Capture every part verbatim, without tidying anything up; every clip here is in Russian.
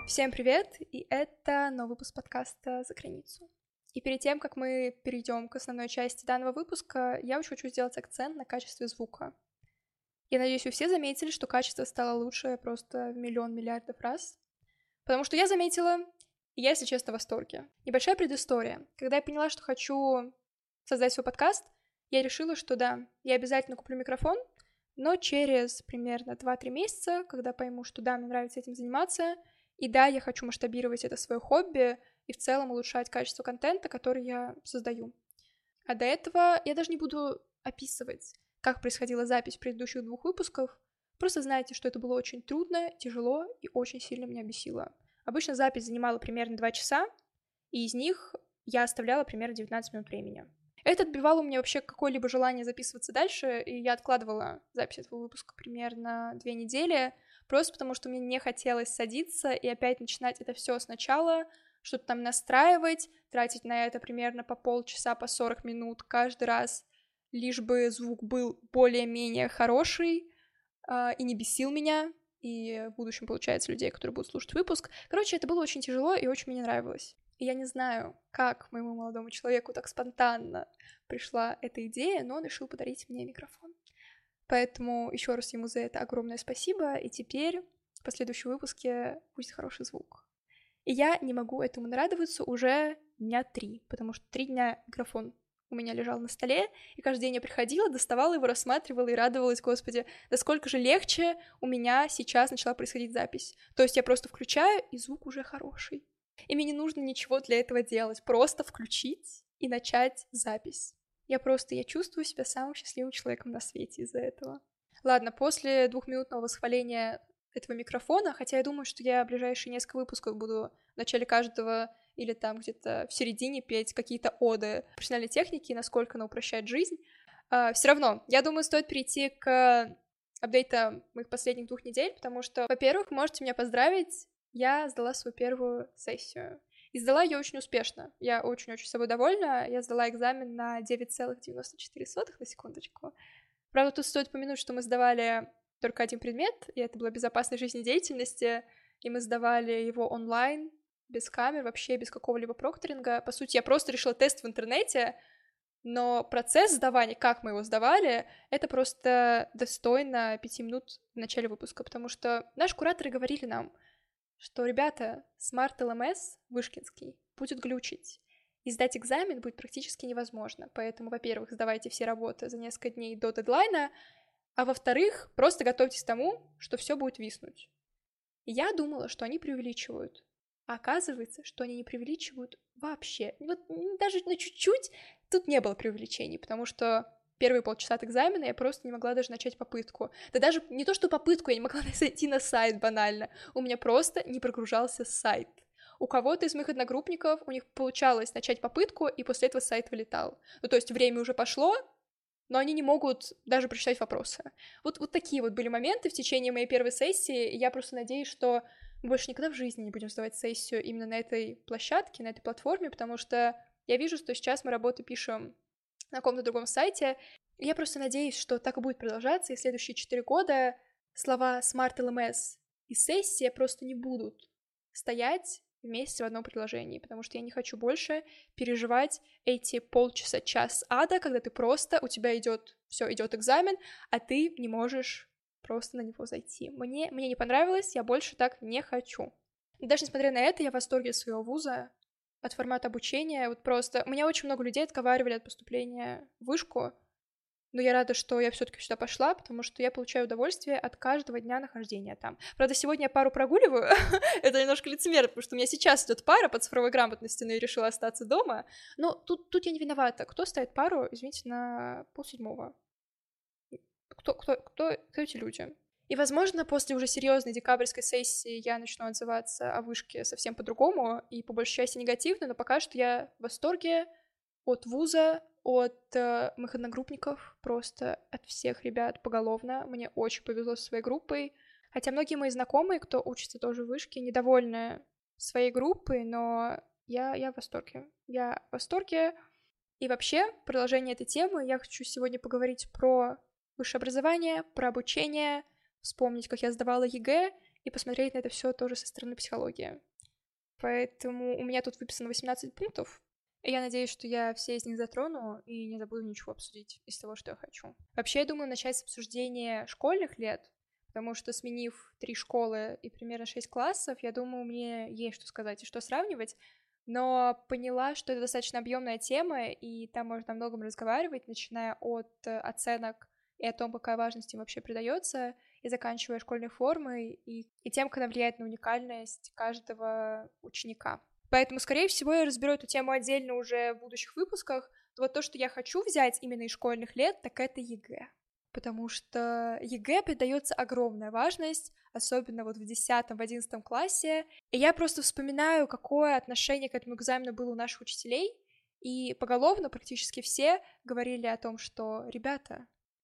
Всем привет, и это новый выпуск подкаста «За границу». И перед тем, как мы перейдем к основной части данного выпуска, я очень хочу сделать акцент на качестве звука. Я надеюсь, вы все заметили, что качество стало лучше просто в миллион миллиардов раз. Потому что я заметила, и я, если честно, в восторге. Небольшая предыстория. Когда я поняла, что хочу создать свой подкаст, я решила, что да, я обязательно куплю микрофон, но через примерно два-три месяца, когда пойму, что да, мне нравится этим заниматься, и да, я хочу масштабировать это свое хобби и в целом улучшать качество контента, который я создаю. А до этого я даже не буду описывать, как происходила запись предыдущих двух выпусков. Просто знайте, что это было очень трудно, тяжело и очень сильно меня бесило. Обычно запись занимала примерно два часа, и из них я оставляла примерно девятнадцать минут времени. Это отбивало у меня вообще какое-либо желание записываться дальше, и я откладывала запись этого выпуска примерно две недели, просто потому что мне не хотелось садиться и опять начинать это все сначала, что-то там настраивать, тратить на это примерно по полчаса, по сорок минут каждый раз, лишь бы звук был более-менее хороший э, и не бесил меня, и в будущем, получается, людей, которые будут слушать выпуск. Короче, это было очень тяжело и очень мне нравилось. И я не знаю, как моему молодому человеку так спонтанно пришла эта идея, но он решил подарить мне микрофон. Поэтому еще раз ему за это огромное спасибо, и теперь в последующем выпуске будет хороший звук. И я не могу этому нарадоваться уже дня три, потому что три дня микрофон у меня лежал на столе, и каждый день я приходила, доставала его, рассматривала и радовалась, господи, да сколько же легче у меня сейчас начала происходить запись. То есть я просто включаю, и звук уже хороший. И мне не нужно ничего для этого делать, просто включить и начать запись. Я просто, я чувствую себя самым счастливым человеком на свете из-за этого. Ладно, после двухминутного восхваления этого микрофона, хотя я думаю, что я в ближайшие несколько выпусков буду в начале каждого или там где-то в середине петь какие-то оды профессиональной техники, насколько она упрощает жизнь. Uh, все равно, я думаю, стоит перейти к апдейтам моих последних двух недель, потому что, во-первых, можете меня поздравить, я сдала свою первую сессию. И сдала ее очень успешно. Я очень-очень собой довольна. Я сдала экзамен на девять целых девяносто четыре сотых, на секундочку. Правда, тут стоит упомянуть, что мы сдавали только один предмет, и это была безопасность жизнедеятельности, и мы сдавали его онлайн, без камер, вообще без какого-либо прокторинга. По сути, я просто решила тест в интернете, но процесс сдавания, как мы его сдавали, это просто достойно пяти минут в начале выпуска, потому что наши кураторы говорили нам, что, ребята, Smart эл эм эс вышкинский будет глючить, и сдать экзамен будет практически невозможно. Поэтому, во-первых, сдавайте все работы за несколько дней до дедлайна, а во-вторых, просто готовьтесь к тому, что все будет виснуть. И я думала, что они преувеличивают, а оказывается, что они не преувеличивают вообще. Вот даже на чуть-чуть тут не было преувеличений, потому что первые полчаса от экзамена я просто не могла даже начать попытку. Да даже не то, что попытку, я не могла зайти на сайт банально. У меня просто не прогружался сайт. У кого-то из моих одногруппников у них получалось начать попытку, и после этого сайт вылетал. Ну, то есть время уже пошло, но они не могут даже прочитать вопросы. Вот, вот такие вот были моменты в течение моей первой сессии, и я просто надеюсь, что мы больше никогда в жизни не будем сдавать сессию именно на этой площадке, на этой платформе, потому что я вижу, что сейчас мы работу пишем на каком-то другом сайте. Я просто надеюсь, что так и будет продолжаться, и в следующие четыре года слова Smart эл эм эс и сессия просто не будут стоять вместе в одном предложении, потому что я не хочу больше переживать эти полчаса, час ада, когда ты просто, у тебя идет, все, идет экзамен, а ты не можешь просто на него зайти. Мне, мне не понравилось, я больше так не хочу. Даже несмотря на это, я в восторге от своего вуза, от формата обучения, вот просто... Меня очень много людей отговаривали от поступления в вышку, но я рада, что я все-таки сюда пошла, потому что я получаю удовольствие от каждого дня нахождения там. Правда, сегодня я пару прогуливаю, это немножко лицемерно, потому что у меня сейчас идет пара по цифровой грамотности, но я решила остаться дома, но тут, тут я не виновата. Кто ставит пару, извините, на полседьмого? Кто, кто, кто, кто эти люди? И, возможно, после уже серьезной декабрьской сессии я начну отзываться о вышке совсем по-другому, и по большей части негативно, но пока что я в восторге от вуза, от э, моих одногруппников, просто от всех ребят поголовно. Мне очень повезло со своей группой, хотя многие мои знакомые, кто учится тоже в вышке, недовольны своей группой, но я, я в восторге. Я в восторге. И вообще, в продолжение этой темы я хочу сегодня поговорить про высшее образование, про обучение, вспомнить, как я сдавала ЕГЭ, и посмотреть на это все тоже со стороны психологии. Поэтому у меня тут выписано восемнадцать пунктов, и я надеюсь, что я все из них затрону и не забуду ничего обсудить из того, что я хочу. Вообще, я думаю начать с обсуждения школьных лет, потому что, сменив три школы и примерно шесть классов, я думаю, мне есть что сказать и что сравнивать, но поняла, что это достаточно объемная тема, и там можно о многом разговаривать, начиная от оценок и о том, какая важность им вообще придается, и заканчивая школьной формой и, и тем, как она влияет на уникальность каждого ученика. Поэтому, скорее всего, я разберу эту тему отдельно уже в будущих выпусках. Но вот то, что я хочу взять именно из школьных лет, так это ЕГЭ. Потому что ЕГЭ придается огромная важность, особенно вот в десятом, в одиннадцатом классе. И я просто вспоминаю, какое отношение к этому экзамену было у наших учителей, и поголовно практически все говорили о том, что, ребята,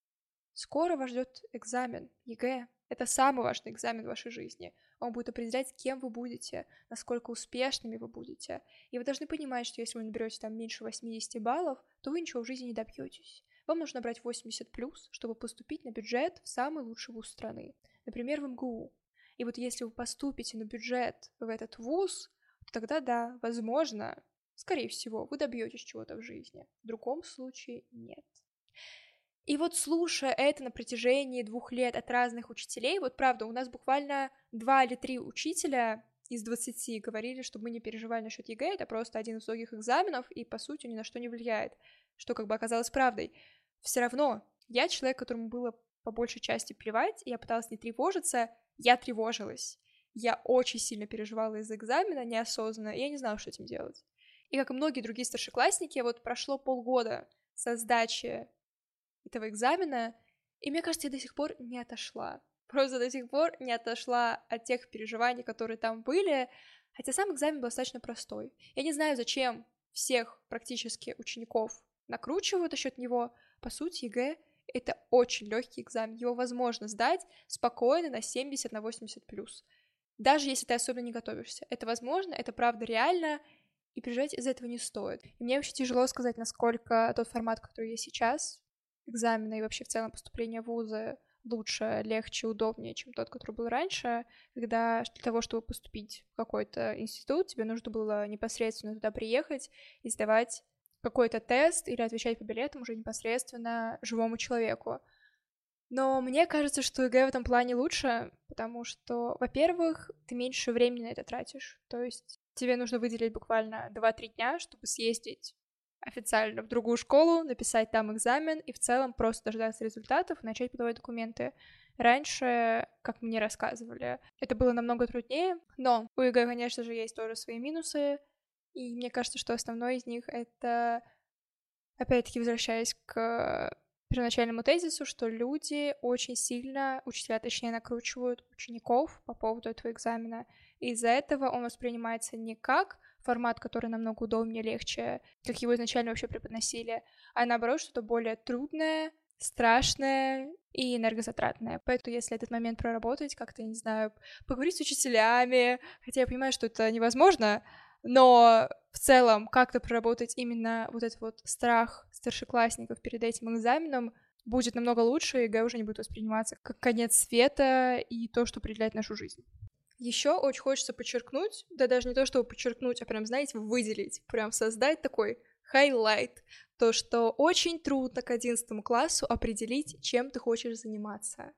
скоро вас ждет экзамен ЕГЭ. Это самый важный экзамен в вашей жизни. Он будет определять, кем вы будете, насколько успешными вы будете. И вы должны понимать, что если вы наберете там меньше восемьдесят баллов, то вы ничего в жизни не добьетесь. Вам нужно брать восемьдесят плюс, чтобы поступить на бюджет в самый лучший вуз страны. Например, в эм гэ у. И вот если вы поступите на бюджет в этот вуз, то тогда да, возможно, скорее всего, вы добьетесь чего-то в жизни. В другом случае нет. И вот слушая это на протяжении двух лет от разных учителей, вот правда, у нас буквально два или три учителя из двадцати говорили, чтобы мы не переживали насчет ЕГЭ, это просто один из многих экзаменов, и по сути ни на что не влияет, что как бы оказалось правдой. Все равно я человек, которому было по большей части плевать, и я пыталась не тревожиться, я тревожилась. Я очень сильно переживала из-за экзамена неосознанно, и я не знала, что этим делать. И как и многие другие старшеклассники, вот прошло полгода со сдачи этого экзамена, и мне кажется, я до сих пор не отошла. Просто до сих пор не отошла от тех переживаний, которые там были, хотя сам экзамен был достаточно простой. Я не знаю, зачем всех практически учеников накручивают насчет него. По сути, ЕГЭ — это очень легкий экзамен, его возможно сдать спокойно на семьдесят, на восемьдесят плюс. Даже если ты особенно не готовишься. Это возможно, это правда реально, и переживать из-за этого не стоит. И мне очень тяжело сказать, насколько тот формат, который есть сейчас, экзамена и вообще в целом поступление в вузы лучше, легче, удобнее, чем тот, который был раньше, когда для того, чтобы поступить в какой-то институт, тебе нужно было непосредственно туда приехать и сдавать какой-то тест или отвечать по билетам уже непосредственно живому человеку. Но мне кажется, что ЕГЭ в этом плане лучше, потому что, во-первых, ты меньше времени на это тратишь, то есть тебе нужно выделить буквально два-три дня, чтобы съездить официально в другую школу, написать там экзамен и в целом просто дождаться результатов и начать подавать документы. Раньше, как мне рассказывали, это было намного труднее, но у ЕГЭ, конечно же, есть тоже свои минусы, и мне кажется, что основной из них — это, опять-таки, возвращаясь к первоначальному тезису, что люди очень сильно, учителя, точнее, накручивают учеников по поводу этого экзамена, и из-за этого он воспринимается не как формат, который намного удобнее, легче, как его изначально вообще преподносили, а наоборот, что-то более трудное, страшное и энергозатратное. Поэтому если этот момент проработать, как-то, не знаю, поговорить с учителями, хотя я понимаю, что это невозможно, но в целом как-то проработать именно вот этот вот страх старшеклассников перед этим экзаменом будет намного лучше, и ЕГЭ уже не будет восприниматься как конец света и то, что определяет нашу жизнь. Еще очень хочется подчеркнуть, да даже не то, чтобы подчеркнуть, а прям, знаете, выделить, прям создать такой хайлайт, то, что очень трудно к одиннадцатому классу определить, чем ты хочешь заниматься.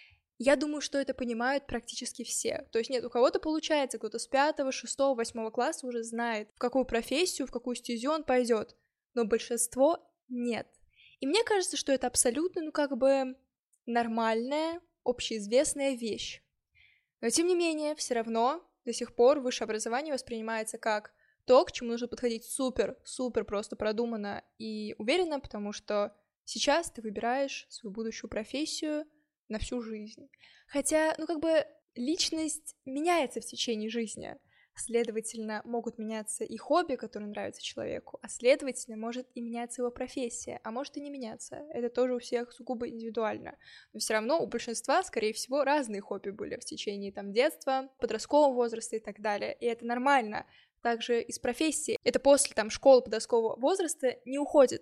Я думаю, что это понимают практически все. То есть нет, у кого-то получается, кто-то с пятого, шестого, восьмого класса уже знает, в какую профессию, в какую стезю он пойдет, но большинство нет. И мне кажется, что это абсолютно, ну как бы нормальная, общеизвестная вещь. Но, тем не менее, все равно до сих пор высшее образование воспринимается как то, к чему нужно подходить супер-супер просто продуманно и уверенно, потому что сейчас ты выбираешь свою будущую профессию на всю жизнь. Хотя, ну как бы личность меняется в течение жизни. Следовательно, могут меняться и хобби, которые нравятся человеку, а следовательно, может и меняться его профессия, а может и не меняться. Это тоже у всех сугубо индивидуально. Но все равно у большинства, скорее всего, разные хобби были в течение там детства, подросткового возраста и так далее. И это нормально. Также из профессии. Это после там школы подросткового возраста не уходит.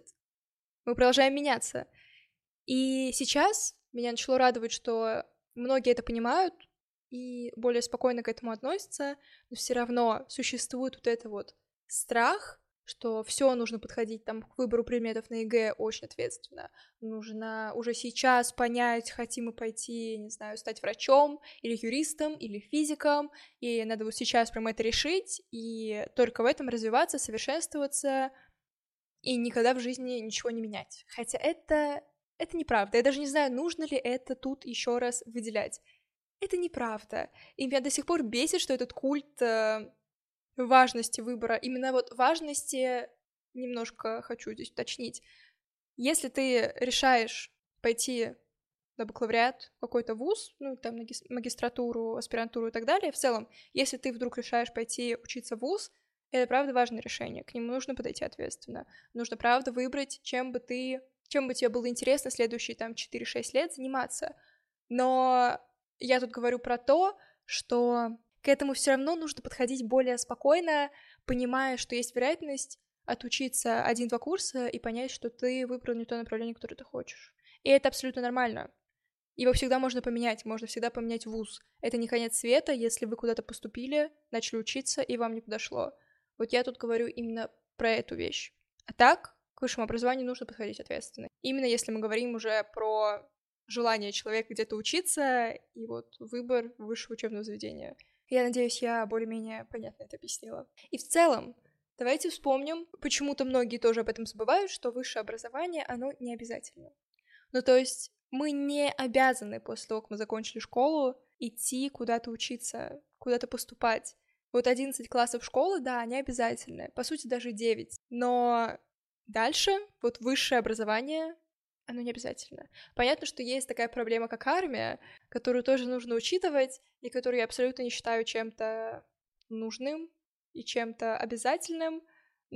Мы продолжаем меняться. И сейчас меня начало радовать, что многие это понимают, и более спокойно к этому относятся, но все равно существует вот это вот страх, что все нужно подходить там к выбору предметов на ЕГЭ очень ответственно. Нужно уже сейчас понять, хотим мы пойти, не знаю, стать врачом или юристом или физиком, и надо вот сейчас прям это решить, и только в этом развиваться, совершенствоваться, и никогда в жизни ничего не менять. Хотя это, это неправда. Я даже не знаю, нужно ли это тут еще раз выделять. Это неправда. И меня до сих пор бесит, что этот культ э, важности выбора, именно вот важности, немножко хочу здесь уточнить. Если ты решаешь пойти на бакалавриат, какой-то вуз, ну, там, магистратуру, аспирантуру и так далее, в целом, если ты вдруг решаешь пойти учиться в вуз, это, правда, важное решение, к нему нужно подойти ответственно. Нужно, правда, выбрать, чем бы ты, чем бы тебе было интересно следующие, там, четыре-шесть лет заниматься. Но я тут говорю про то, что к этому все равно нужно подходить более спокойно, понимая, что есть вероятность отучиться один-два курса и понять, что ты выбрал не то направление, которое ты хочешь. И это абсолютно нормально. Его всегда можно поменять, можно всегда поменять вуз. Это не конец света, если вы куда-то поступили, начали учиться, и вам не подошло. Вот я тут говорю именно про эту вещь. А так, к высшему образованию нужно подходить ответственно. Именно если мы говорим уже про желание человека где-то учиться и вот выбор высшего учебного заведения. Я надеюсь, я более-менее понятно это объяснила. И в целом, давайте вспомним, почему-то многие тоже об этом забывают, что высшее образование, оно не обязательно. Ну, то есть мы не обязаны после того, как мы закончили школу, идти куда-то учиться, куда-то поступать. Вот одиннадцать классов школы, да, они обязательны, по сути, даже девять. Но дальше, вот высшее образование, оно не обязательно. Понятно, что есть такая проблема, как армия, которую тоже нужно учитывать, и которую я абсолютно не считаю чем-то нужным и чем-то обязательным,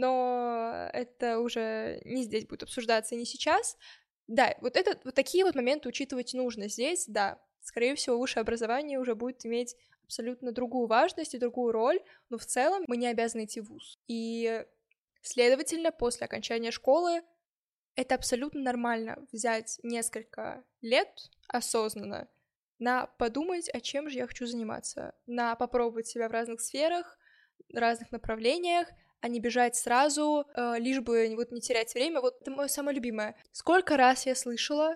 но это уже не здесь будет обсуждаться и не сейчас. Да, вот, это, вот такие вот моменты учитывать нужно здесь, да. Скорее всего, высшее образование уже будет иметь абсолютно другую важность и другую роль, но в целом мы не обязаны идти в вуз. И, следовательно, после окончания школы это абсолютно нормально взять несколько лет осознанно на подумать, а чем же я хочу заниматься, на попробовать себя в разных сферах, разных направлениях, а не бежать сразу, э, лишь бы вот не терять время. Вот это мое самое любимое. Сколько раз я слышала,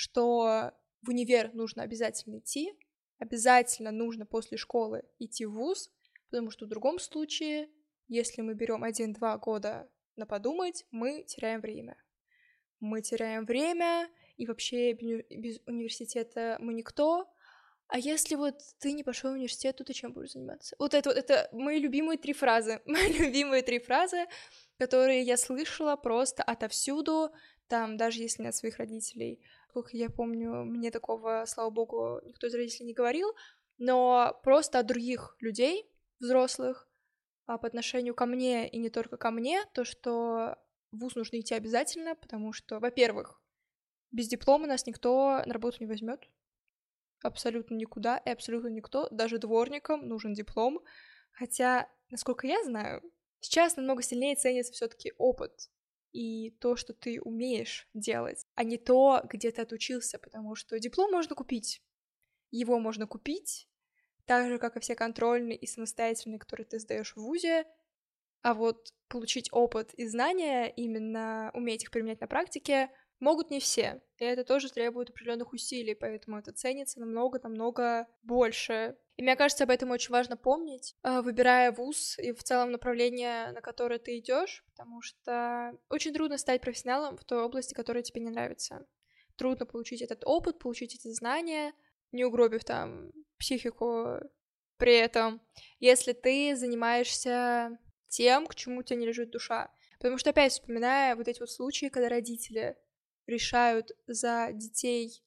что в универ нужно обязательно идти, обязательно нужно после школы идти в вуз, потому что в другом случае, если мы берем один-два года на подумать, мы теряем время. Мы теряем время, и вообще без университета мы никто. А если вот ты не пошел в университет, то ты чем будешь заниматься? Вот это вот, это мои любимые три фразы. Мои любимые три фразы, которые я слышала просто отовсюду, там, даже если не от своих родителей. Сколько я помню, мне такого, слава богу, никто из родителей не говорил, но просто от других людей, взрослых, а по отношению ко мне и не только ко мне, то, что в вуз нужно идти обязательно, потому что, во-первых, без диплома нас никто на работу не возьмет. Абсолютно никуда и абсолютно никто, даже дворникам нужен диплом. Хотя, насколько я знаю, сейчас намного сильнее ценится все-таки опыт и то, что ты умеешь делать, а не то, где ты отучился, потому что диплом можно купить. Его можно купить, так же, как и все контрольные и самостоятельные, которые ты сдаешь в вузе, а вот получить опыт и знания, именно уметь их применять на практике, могут не все, и это тоже требует определенных усилий, поэтому это ценится намного-намного больше. И мне кажется, об этом очень важно помнить, выбирая вуз и в целом направление, на которое ты идешь, потому что очень трудно стать профессионалом в той области, которая тебе не нравится. Трудно получить этот опыт, получить эти знания, не угробив там психику при этом, если ты занимаешься тем, к чему тебе не лежит душа. Потому что, опять вспоминая вот эти вот случаи, когда родители решают за детей,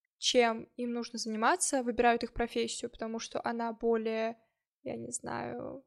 чем им нужно заниматься, выбирают их профессию, потому что она более, я не знаю,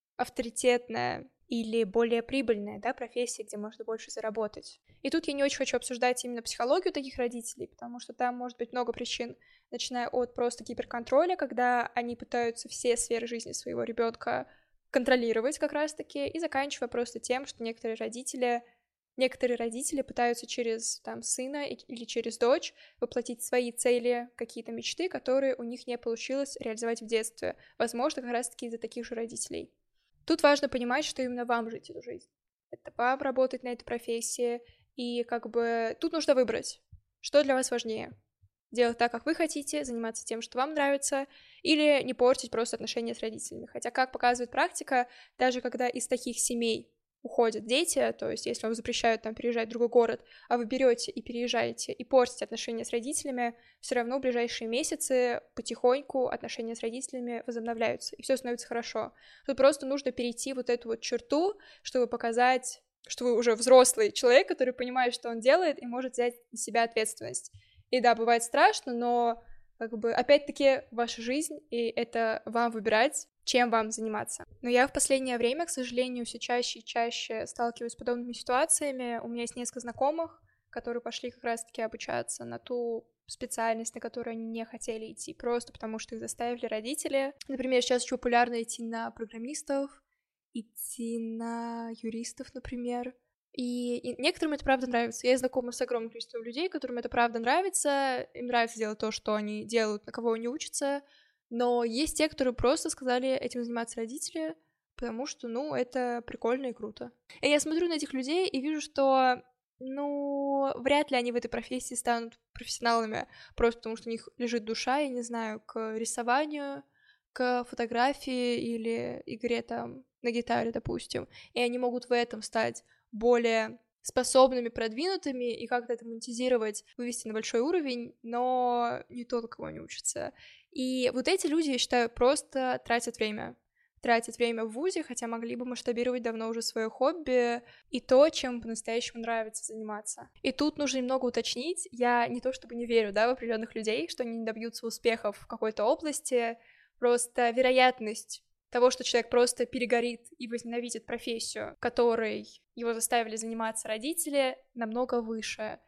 авторитетная или более прибыльная, да, профессия, где можно больше заработать. И тут я не очень хочу обсуждать именно психологию таких родителей, потому что там может быть много причин, начиная от просто гиперконтроля, когда они пытаются все сферы жизни своего ребенка контролировать как раз-таки, и заканчивая просто тем, что некоторые родители Некоторые родители пытаются через там сына или через дочь воплотить свои цели, какие-то мечты, которые у них не получилось реализовать в детстве. Возможно, как раз-таки из-за таких же родителей. Тут важно понимать, что именно вам жить эту жизнь. Это вам работать на этой профессии, и как бы тут нужно выбрать, что для вас важнее. Делать так, как вы хотите, заниматься тем, что вам нравится, или не портить просто отношения с родителями. Хотя, как показывает практика, даже когда из таких семей уходят дети, то есть если вам запрещают там переезжать в другой город, а вы берете и переезжаете и портите отношения с родителями, все равно в ближайшие месяцы потихоньку отношения с родителями возобновляются, и все становится хорошо. Тут просто нужно перейти вот эту вот черту, чтобы показать, что вы уже взрослый человек, который понимает, что он делает, и может взять на себя ответственность. И да, бывает страшно, но как бы опять-таки ваша жизнь, и это вам выбирать, чем вам заниматься. Но я в последнее время, к сожалению, все чаще и чаще сталкиваюсь с подобными ситуациями. У меня есть несколько знакомых, которые пошли как раз-таки обучаться на ту специальность, на которую они не хотели идти, просто потому что их заставили родители. Например, сейчас очень популярно идти на программистов, идти на юристов, например. И, и некоторым это правда нравится. Я знакома с огромным количеством людей, которым это правда нравится. Им нравится делать то, что они делают, на кого они учатся. Но есть те, которые просто сказали этим заниматься родители, потому что, ну, это прикольно и круто. И я смотрю на этих людей и вижу, что, ну, вряд ли они в этой профессии станут профессионалами, просто потому что у них лежит душа, я не знаю, к рисованию, к фотографии или игре там на гитаре, допустим. И они могут в этом стать более способными, продвинутыми, и как-то это монетизировать, вывести на большой уровень, но не то, на кого они учатся. И вот эти люди, я считаю, просто тратят время. Тратят время в вузе, хотя могли бы масштабировать давно уже свое хобби и то, чем по-настоящему нравится заниматься. И тут нужно немного уточнить. Я не то чтобы не верю, да, в определенных людей, что они не добьются успехов в какой-то области, просто вероятность того, что человек просто перегорит и возненавидит профессию, которой его заставили заниматься родители, намного выше.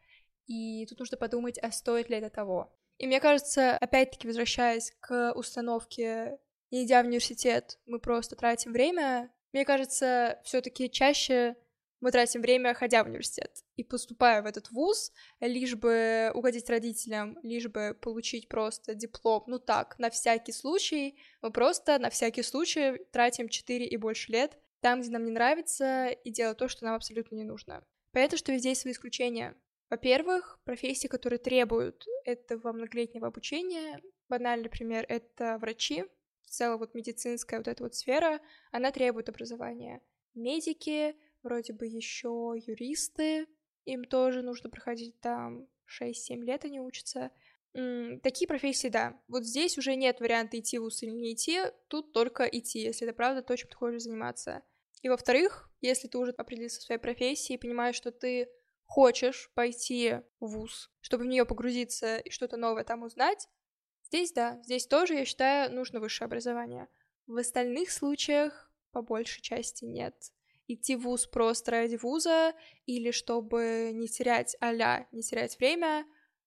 И тут нужно подумать, а стоит ли это того. И мне кажется, опять-таки, возвращаясь к установке «не идя в университет, мы просто тратим время», мне кажется, все-таки чаще мы тратим время, ходя в университет и поступая в этот вуз, лишь бы угодить родителям, лишь бы получить просто диплом. Ну так, на всякий случай, мы просто на всякий случай тратим четыре и больше лет там, где нам не нравится, и делать то, что нам абсолютно не нужно. Понятно, что везде есть свои исключения. Во-первых, профессии, которые требуют этого многолетнего обучения, банальный пример — это врачи, в целом вот медицинская вот эта вот сфера, она требует образования. Медики, вроде бы еще юристы, им тоже нужно проходить там шесть-семь лет, они учатся. М- такие профессии, да. Вот здесь уже нет варианта идти в вуз или не идти, тут только идти, если это правда то, чем ты хочешь заниматься. И во-вторых, если ты уже определился в своей профессии и понимаешь, что ты хочешь пойти в вуз, чтобы в нее погрузиться и что-то новое там узнать, здесь да, здесь тоже, я считаю, нужно высшее образование. В остальных случаях, по большей части, нет. Идти в вуз просто ради вуза или чтобы не терять а-ля, не терять время,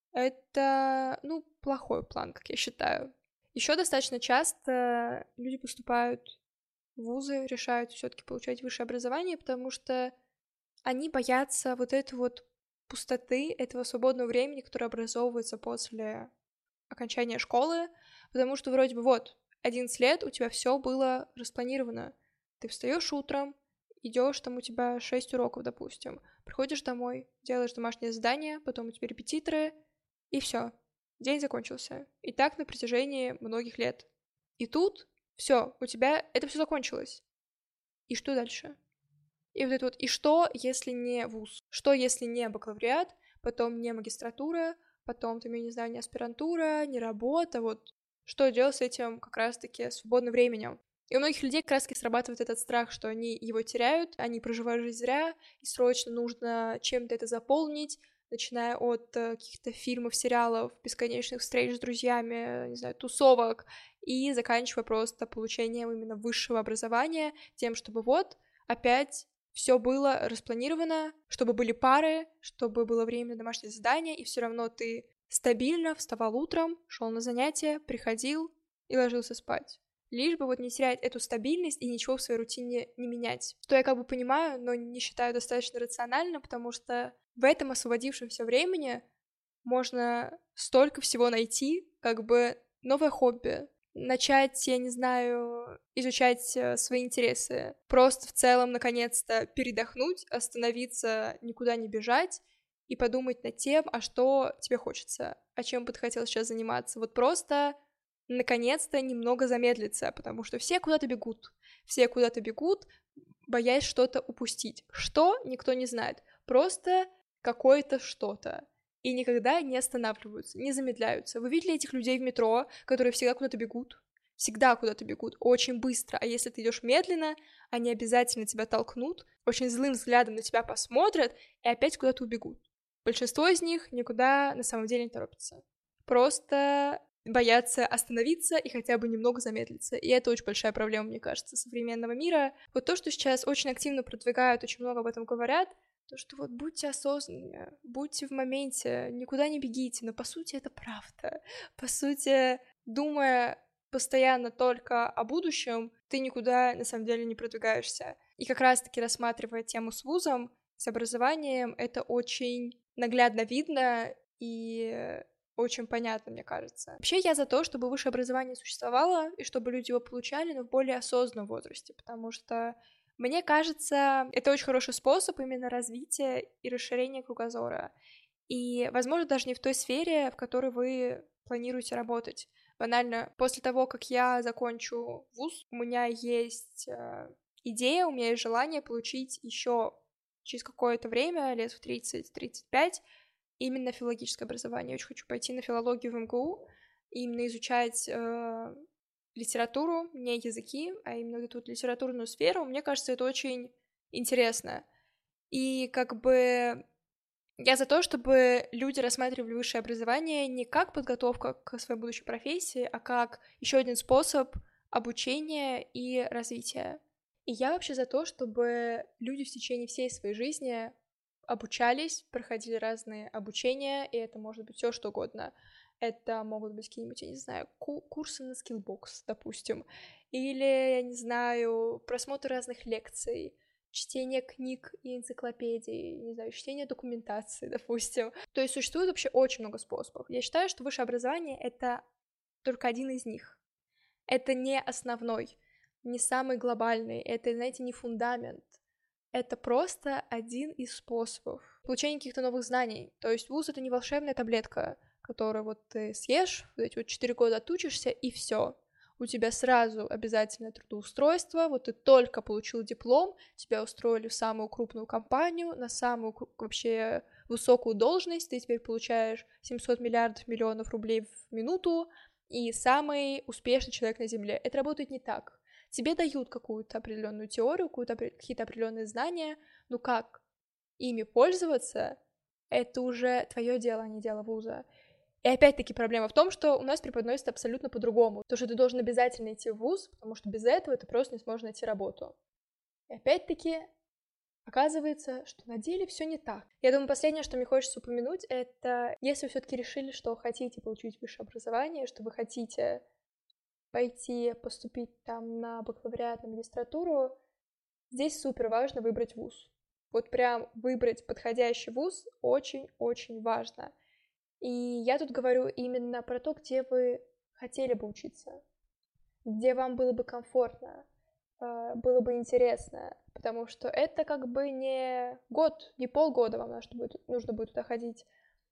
это, ну, плохой план, как я считаю. Еще достаточно часто люди поступают в вузы, решают все-таки получать высшее образование, потому что они боятся вот этой вот пустоты, этого свободного времени, которое образовывается после окончания школы, потому что вроде бы вот, одиннадцать лет, у тебя все было распланировано. Ты встаешь утром, идешь, там у тебя шесть уроков, допустим, приходишь домой, делаешь домашнее задание, потом у тебя репетиторы, и все, день закончился. И так на протяжении многих лет. И тут все, у тебя это все закончилось. И что дальше? И вот это вот, и что, если не вуз? Что, если не бакалавриат, потом не магистратура, потом, там, я не знаю, не аспирантура, не работа, вот что делать с этим как раз-таки свободным временем? И у многих людей как раз-таки срабатывает этот страх, что они его теряют, они проживают жизнь зря, и срочно нужно чем-то это заполнить, начиная от э, каких-то фильмов, сериалов, бесконечных встреч с друзьями, не знаю, тусовок, и заканчивая просто получением именно высшего образования, тем, чтобы вот опять все было распланировано, чтобы были пары, чтобы было время на домашнее задание, и все равно ты стабильно вставал утром, шел на занятия, приходил и ложился спать. лишь бы вот не терять эту стабильность и ничего в своей рутине не менять. Что я как бы понимаю, но не считаю достаточно рационально, потому что в этом освободившемся времени можно столько всего найти, как бы новое хобби, начать, я не знаю, изучать э, свои интересы, просто в целом, наконец-то, передохнуть, остановиться, никуда не бежать и подумать над тем, а что тебе хочется, а чем бы ты хотел сейчас заниматься. Вот просто, наконец-то, немного замедлиться, потому что все куда-то бегут, все куда-то бегут, боясь что-то упустить. Что? Никто не знает. Просто какое-то что-то. И никогда не останавливаются, не замедляются. Вы видели этих людей в метро, которые всегда куда-то бегут? Всегда куда-то бегут, очень быстро. А если ты идешь медленно, они обязательно тебя толкнут, очень злым взглядом на тебя посмотрят и опять куда-то убегут. Большинство из них никуда на самом деле не торопятся. Просто боятся остановиться и хотя бы немного замедлиться. И это очень большая проблема, мне кажется, современного мира. Вот то, что сейчас очень активно продвигают, очень много об этом говорят, то, что вот будьте осознанными, будьте в моменте, никуда не бегите, но по сути это правда. По сути, думая постоянно только о будущем, ты никуда на самом деле не продвигаешься. И как раз-таки рассматривая тему с вузом, с образованием, это очень наглядно видно и очень понятно, мне кажется. Вообще я за то, чтобы высшее образование существовало, и чтобы люди его получали, но в более осознанном возрасте, потому что мне кажется, это очень хороший способ именно развития и расширения кругозора. И, возможно, даже не в той сфере, в которой вы планируете работать. Банально, после того, как я закончу вуз, у меня есть э, идея, у меня есть желание получить еще через какое-то время, лет в тридцать-тридцать пять, именно филологическое образование. Я очень хочу пойти на филологию в эм гэ у, именно изучать э, литературу, не языки, а именно вот эту вот литературную сферу. Мне кажется, это очень интересно. И как бы я за то, чтобы люди рассматривали высшее образование не как подготовка к своей будущей профессии, а как еще один способ обучения и развития. И я вообще за то, чтобы люди в течение всей своей жизни обучались, проходили разные обучения, и это может быть все что угодно. Это могут быть какие-нибудь, я не знаю, ку- курсы на Skillbox, допустим, или, я не знаю, просмотр разных лекций, чтение книг и энциклопедий, не знаю, чтение документации, допустим. То есть существует вообще очень много способов. Я считаю, что высшее образование — это только один из них. Это не основной, не самый глобальный, это, знаете, не фундамент. Это просто один из способов получения каких-то новых знаний. То есть вуз — это не волшебная таблетка, которую вот ты съешь, вот эти вот четыре года отучишься, и все. У тебя сразу обязательное трудоустройство, вот ты только получил диплом, тебя устроили в самую крупную компанию, на самую вообще высокую должность, ты теперь получаешь семьсот миллиардов миллионов рублей в минуту, и самый успешный человек на Земле. Это работает не так. Тебе дают какую-то определенную теорию, какие-то определенные знания, но как ими пользоваться, это уже твое дело, а не дело вуза. И опять-таки проблема в том, что у нас преподносится абсолютно по-другому. То, что ты должен обязательно идти в вуз, потому что без этого ты просто не сможешь найти работу. И опять-таки оказывается, что на деле все не так. Я думаю, последнее, что мне хочется упомянуть, это если вы все-таки решили, что хотите получить высшее образование, что вы хотите пойти поступить там на бакалавриат, на магистратуру, здесь супер важно выбрать вуз. Вот прям выбрать подходящий вуз очень-очень важно. И я тут говорю именно про то, где вы хотели бы учиться, где вам было бы комфортно, было бы интересно, потому что это как бы не год, не полгода вам нужно будет, нужно будет туда ходить,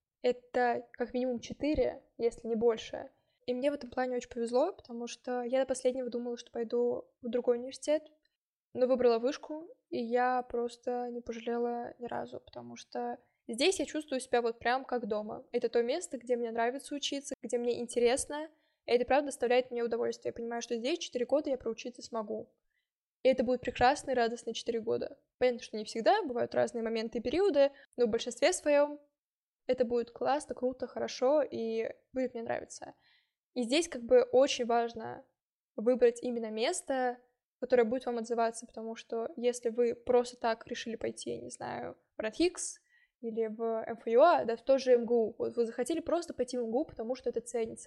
это как минимум четыре, если не больше. И мне в этом плане очень повезло, потому что я до последнего думала, что пойду в другой университет, но выбрала вышку, и я просто не пожалела ни разу, потому что здесь я чувствую себя вот прям как дома. Это то место, где мне нравится учиться, где мне интересно, и это правда доставляет мне удовольствие. Я понимаю, что здесь четыре года я проучиться смогу. И это будут прекрасные, радостные четыре года. Понятно, что не всегда, бывают разные моменты и периоды, но в большинстве своем это будет классно, круто, хорошо, и будет мне нравиться. И здесь как бы очень важно выбрать именно место, которое будет вам отзываться, потому что если вы просто так решили пойти, не знаю, в РАНХИКС или в эм эф ю а, да в тот же эм гэ у, вот вы захотели просто пойти в эм гэ у, потому что это ценится,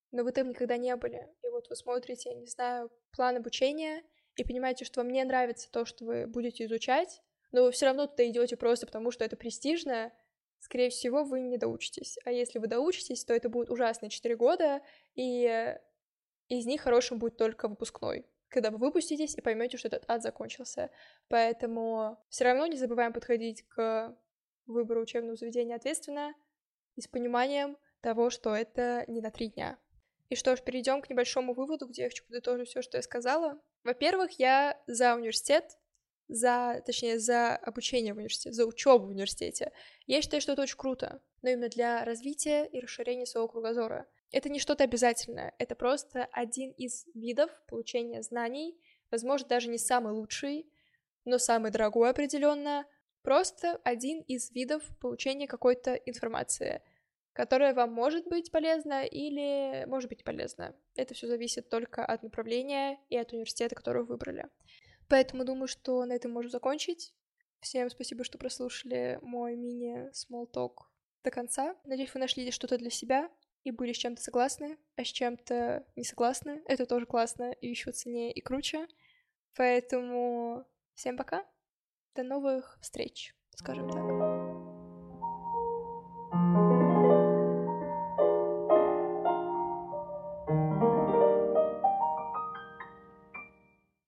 но вы там никогда не были. И вот вы смотрите, не знаю, план обучения и понимаете, что вам не нравится то, что вы будете изучать, но вы все равно туда идете просто потому, что это престижно, скорее всего, вы не доучитесь. А если вы доучитесь, то это будут ужасные четыре года, и из них хорошим будет только выпускной, когда вы выпуститесь и поймете, что этот ад закончился. Поэтому все равно не забываем подходить к выбору учебного заведения ответственно и с пониманием того, что это не на три дня. И что ж, перейдем к небольшому выводу, где я хочу подытожить все, что я сказала. Во-первых, я за университет, за, точнее, за обучение в университете, за учебу в университете. Я считаю, что это очень круто, но именно для развития и расширения своего кругозора. Это не что-то обязательное, это просто один из видов получения знаний, возможно, даже не самый лучший, но самый дорогой определенно, просто один из видов получения какой-то информации, которая вам может быть полезна или может быть полезна. Это все зависит только от направления и от университета, который вы выбрали. Поэтому думаю, что на этом можем закончить. Всем спасибо, что прослушали мой мини-смолл ток до конца. Надеюсь, вы нашли что-то для себя и были с чем-то согласны, а с чем-то не согласны. Это тоже классно и еще ценнее и круче. Поэтому всем пока. До новых встреч, скажем так.